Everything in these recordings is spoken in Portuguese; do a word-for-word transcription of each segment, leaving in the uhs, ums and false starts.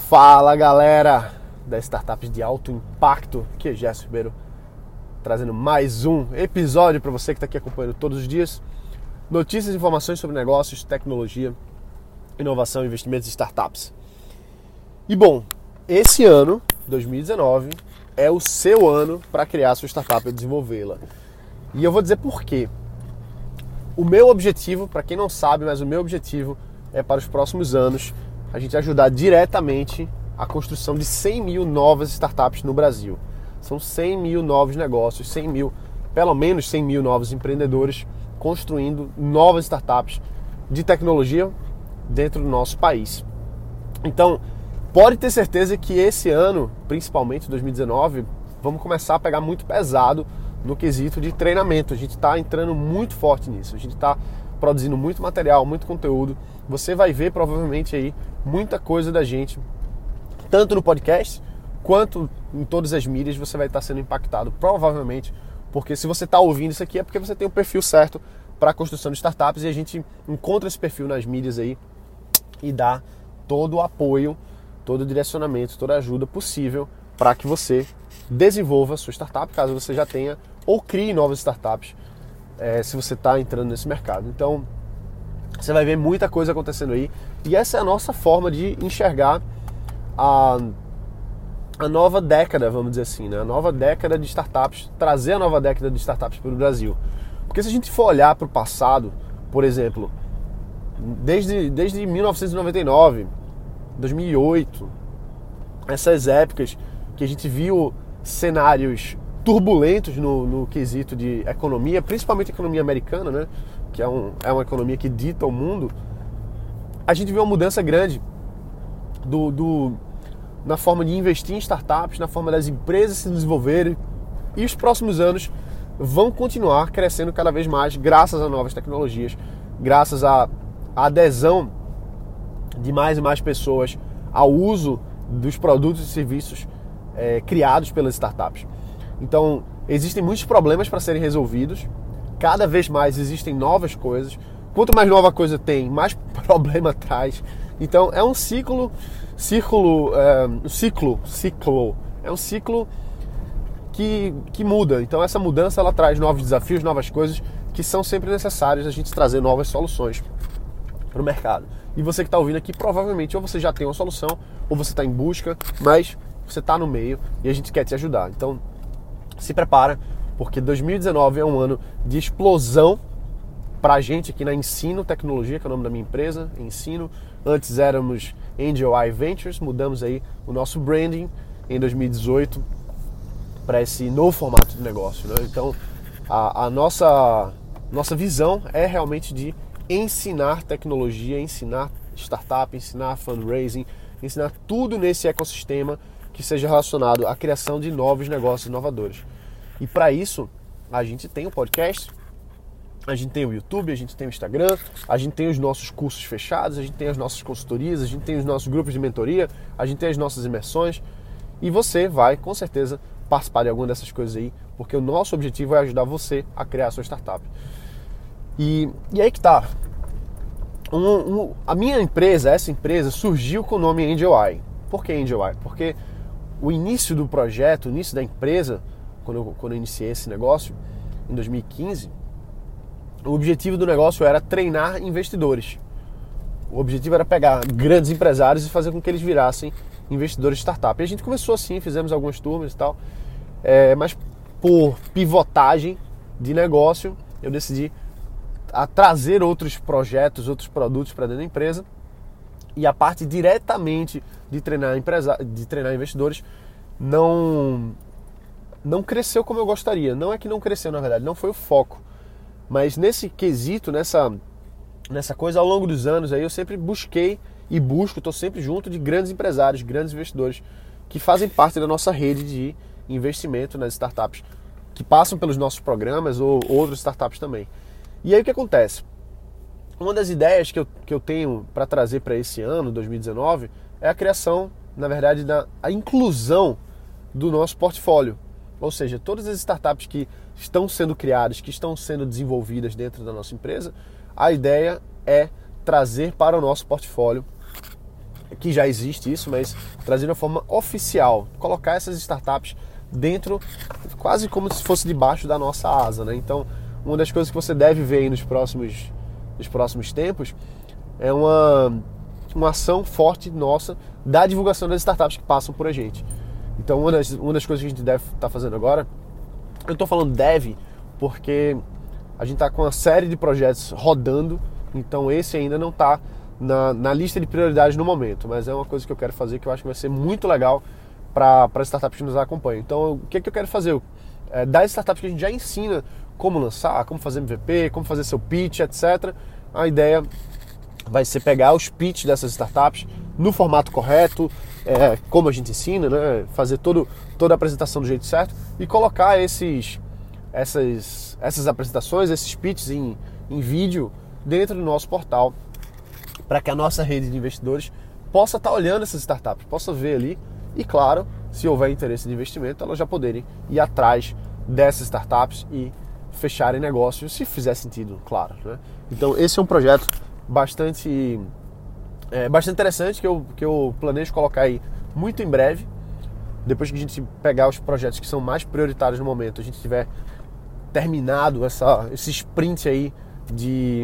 Fala galera das startups de alto impacto, aqui é Gerson Ribeiro trazendo mais um episódio para você que está aqui acompanhando todos os dias. Notícias e informações sobre negócios, tecnologia, inovação, investimentos e startups. E bom, esse ano, dois mil e dezenove, é o seu ano para criar a sua startup e desenvolvê-la. E eu vou dizer por quê. O meu objetivo, para quem não sabe, mas o meu objetivo é para os próximos anos a gente ajudar diretamente a construção de cem mil novas startups no Brasil. São cem mil novos negócios, cem mil, pelo menos cem mil novos empreendedores construindo novas startups de tecnologia dentro do nosso país. Então, pode ter certeza que esse ano, principalmente dois mil e dezenove, vamos começar a pegar muito pesado no quesito de treinamento. A gente está entrando muito forte nisso, a gente está produzindo muito material, muito conteúdo. Você vai ver provavelmente aí muita coisa da gente, tanto no podcast quanto em todas as mídias. Você vai estar sendo impactado provavelmente, porque se você está ouvindo isso aqui é porque você tem o perfil certo para a construção de startups, e a gente encontra esse perfil nas mídias aí e dá todo o apoio, todo o direcionamento, toda a ajuda possível para que você desenvolva a sua startup, caso você já tenha, ou crie novas startups, é, se você está entrando nesse mercado. Então, você vai ver muita coisa acontecendo aí, e essa é a nossa forma de enxergar a, a nova década, vamos dizer assim, né? A nova década de startups, trazer a nova década de startups para o Brasil. Porque se a gente for olhar para o passado, por exemplo, desde, desde mil novecentos e noventa e nove, dois mil e oito, essas épocas que a gente viu cenários turbulentos no, no quesito de economia, principalmente a economia americana, né? Que é, um, é uma economia que dita o mundo, a gente viu uma mudança grande do, do, na forma de investir em startups, na forma das empresas se desenvolverem, e os próximos anos vão continuar crescendo cada vez mais graças a novas tecnologias, graças à adesão de mais e mais pessoas ao uso dos produtos e serviços é, criados pelas startups. Então, existem muitos problemas para serem resolvidos, cada vez mais existem novas coisas. Quanto mais nova coisa tem, mais problema traz. Então, é um ciclo, círculo, é, um ciclo, ciclo, é um ciclo que, que muda. Então, essa mudança ela traz novos desafios, novas coisas que são sempre necessárias a gente trazer novas soluções para o mercado. E você que está ouvindo aqui, provavelmente, ou você já tem uma solução, ou você está em busca, mas você está no meio e a gente quer te ajudar. Então, se prepara, porque dois mil e dezenove é um ano de explosão para a gente aqui na Ensino Tecnologia, que é o nome da minha empresa, Ensino. Antes éramos Angel Eye Ventures, mudamos aí o nosso branding em dois mil e dezoito para esse novo formato de negócio, né? Então, a, a nossa, nossa visão é realmente de ensinar tecnologia, ensinar startup, ensinar fundraising, ensinar tudo nesse ecossistema que seja relacionado à criação de novos negócios inovadores. E para isso, a gente tem o podcast, a gente tem o YouTube, a gente tem o Instagram, a gente tem os nossos cursos fechados, a gente tem as nossas consultorias, a gente tem os nossos grupos de mentoria, a gente tem as nossas imersões, e você vai, com certeza, participar de alguma dessas coisas aí, porque o nosso objetivo é ajudar você a criar a sua startup. E, e aí que tá. Um, um, a minha empresa, essa empresa, surgiu com o nome Angel Eye. Por que Angel Eye? Porque o início do projeto, o início da empresa, quando eu, quando eu iniciei esse negócio, em dois mil e quinze, o objetivo do negócio era treinar investidores. O objetivo era pegar grandes empresários e fazer com que eles virassem investidores de startup. E a gente começou assim, fizemos algumas turmas e tal, é, mas por pivotagem de negócio, eu decidi a trazer outros projetos, outros produtos para dentro da empresa, e a parte diretamente de treinar, empresa, de treinar investidores não, não cresceu como eu gostaria. Não é que não cresceu, na verdade, não foi o foco. Mas nesse quesito, nessa, nessa coisa, ao longo dos anos, aí eu sempre busquei e busco, estou sempre junto de grandes empresários, grandes investidores que fazem parte da nossa rede de investimento nas startups, que passam pelos nossos programas ou outras startups também. E aí o que acontece? Uma das ideias que eu, que eu tenho para trazer para esse ano, dois mil e dezenove, é a criação, na verdade, da a inclusão do nosso portfólio. Ou seja, todas as startups que estão sendo criadas, que estão sendo desenvolvidas dentro da nossa empresa, a ideia é trazer para o nosso portfólio que já existe isso, mas trazer de uma forma oficial, colocar essas startups dentro, quase como se fosse debaixo da nossa asa, né? Então, uma das coisas que você deve ver aí nos próximos, nos próximos tempos é uma, uma ação forte nossa da divulgação das startups que passam por a gente. Então, uma das, uma das coisas que a gente deve estar fazendo agora, eu estou falando deve porque a gente está com uma série de projetos rodando, então esse ainda não está na, na lista de prioridades no momento, mas é uma coisa que eu quero fazer que eu acho que vai ser muito legal para as startups que nos acompanham. Então, o que, é que eu quero fazer? É, das startups que a gente já ensina como lançar, como fazer M V P, como fazer seu pitch, etcétera. A ideia vai ser pegar os pitches dessas startups no formato correto, é, como a gente ensina, né? Fazer todo, toda a apresentação do jeito certo e colocar esses, essas, essas apresentações, esses pitches em, em vídeo dentro do nosso portal, para que a nossa rede de investidores possa estar olhando essas startups, possa ver ali e, claro, se houver interesse de investimento, elas já poderem ir atrás dessas startups e fecharem negócios, se fizer sentido, claro, né? Então, esse é um projeto bastante, é, bastante interessante que eu, que eu planejo colocar aí muito em breve. Depois que a gente pegar os projetos que são mais prioritários no momento, a gente tiver terminado essa, esse sprint aí de,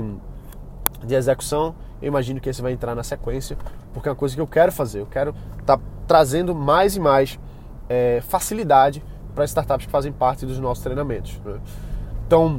de execução, eu imagino que esse vai entrar na sequência, porque é uma coisa que eu quero fazer. Eu quero estar tá trazendo mais e mais é, facilidade para as startups que fazem parte dos nossos treinamentos, né? Então,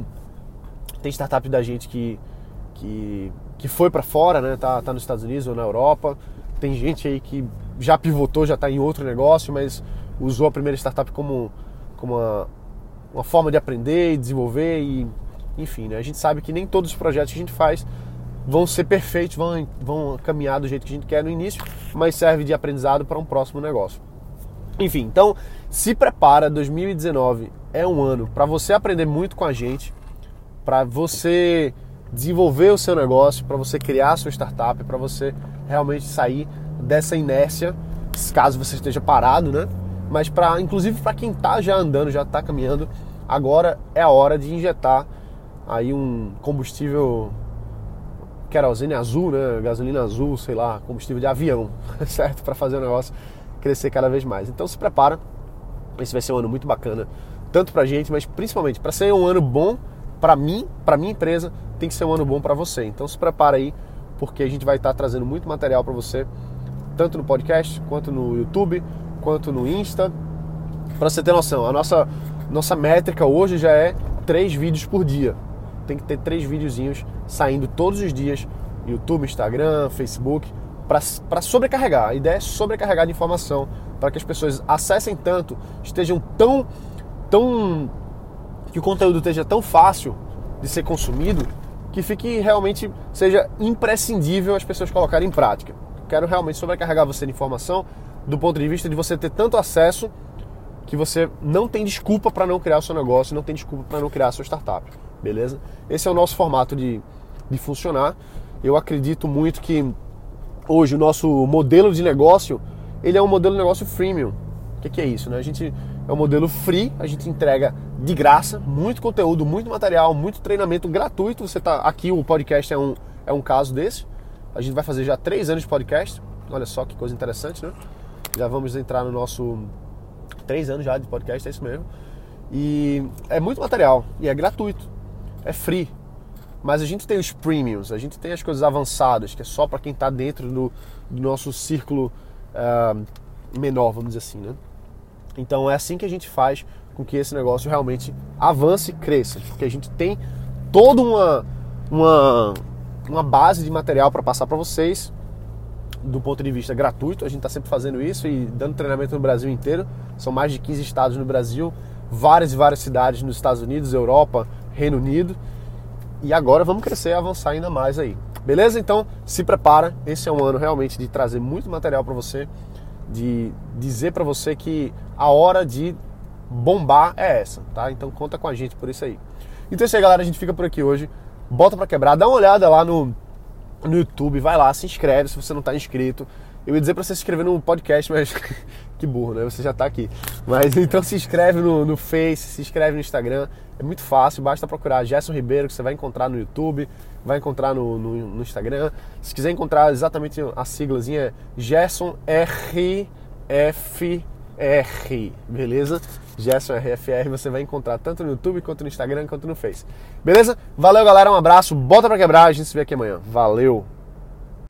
tem startup da gente que, que, que foi para fora, né? Tá, tá nos Estados Unidos ou na Europa. Tem gente aí que já pivotou, já está em outro negócio, mas usou a primeira startup como, como uma, uma forma de aprender e desenvolver. E, enfim, né? A gente sabe que nem todos os projetos que a gente faz vão ser perfeitos, vão, vão caminhar do jeito que a gente quer no início, mas serve de aprendizado para um próximo negócio. Enfim, então se prepara, dois mil e dezenove é um ano para você aprender muito com a gente, para você desenvolver o seu negócio, para você criar a sua startup, para você realmente sair dessa inércia, caso você esteja parado, né? Mas para, inclusive para quem está já andando, já está caminhando, agora é a hora de injetar aí um combustível querosene azul, né? Gasolina azul, sei lá, combustível de avião, certo? Para fazer o negócio crescer cada vez mais. Então se prepara, esse vai ser um ano muito bacana, tanto pra gente, mas principalmente para ser um ano bom para mim, para minha empresa, tem que ser um ano bom para você. Então se prepara aí, porque a gente vai estar trazendo muito material para você, tanto no podcast, quanto no YouTube, quanto no Insta. Para você ter noção, a nossa, nossa métrica hoje já é três vídeos por dia. Tem que ter três videozinhos saindo todos os dias, YouTube, Instagram, Facebook, para sobrecarregar. A ideia é sobrecarregar de informação, para que as pessoas acessem tanto, estejam tão, tão... que o conteúdo esteja tão fácil de ser consumido, que fique realmente, seja imprescindível as pessoas colocarem em prática. Quero realmente sobrecarregar você de informação, do ponto de vista de você ter tanto acesso, que você não tem desculpa para não criar o seu negócio, não tem desculpa para não criar a sua startup, beleza? Esse é o nosso formato de, de funcionar. Eu acredito muito que hoje o nosso modelo de negócio, ele é um modelo de negócio freemium. O que, que é isso, né? A gente é um modelo free, a gente entrega de graça, muito conteúdo, muito material, muito treinamento gratuito. Você tá aqui, o podcast é um, é um caso desse. A gente vai fazer já três anos de podcast. Olha só que coisa interessante, né? Já vamos entrar no nosso... Três anos já de podcast, é isso mesmo. E é muito material, e é gratuito, é free. Mas a gente tem os premiums, a gente tem as coisas avançadas, que é só para quem está dentro do, do nosso círculo uh, menor, vamos dizer assim, né? Então é assim que a gente faz com que esse negócio realmente avance e cresça, porque a gente tem toda uma, uma, uma base de material para passar para vocês, do ponto de vista gratuito. A gente está sempre fazendo isso e dando treinamento no Brasil inteiro. São mais de quinze estados no Brasil, várias e várias cidades nos Estados Unidos, Europa, Reino Unido. E agora vamos crescer e avançar ainda mais aí. Beleza? Então se prepara. Esse é um ano realmente de trazer muito material para você, de dizer para você que a hora de bombar é essa, tá? Então conta com a gente por isso aí. Então é isso aí, galera. A gente fica por aqui hoje. Bota para quebrar. Dá uma olhada lá no no YouTube, vai lá, se inscreve se você não está inscrito. Eu ia dizer para você se inscrever no podcast, mas Que burro, né? Você já tá aqui. Mas então se inscreve no, no Face, se inscreve no Instagram. É muito fácil, basta procurar Gerson Ribeiro, que você vai encontrar no YouTube, vai encontrar no, no, no Instagram. Se quiser encontrar exatamente a siglazinha, é Gerson R F R, beleza? Gerson R F R, você vai encontrar tanto no YouTube, quanto no Instagram, quanto no Face. Beleza? Valeu, galera, um abraço, bota pra quebrar, a gente se vê aqui amanhã. Valeu!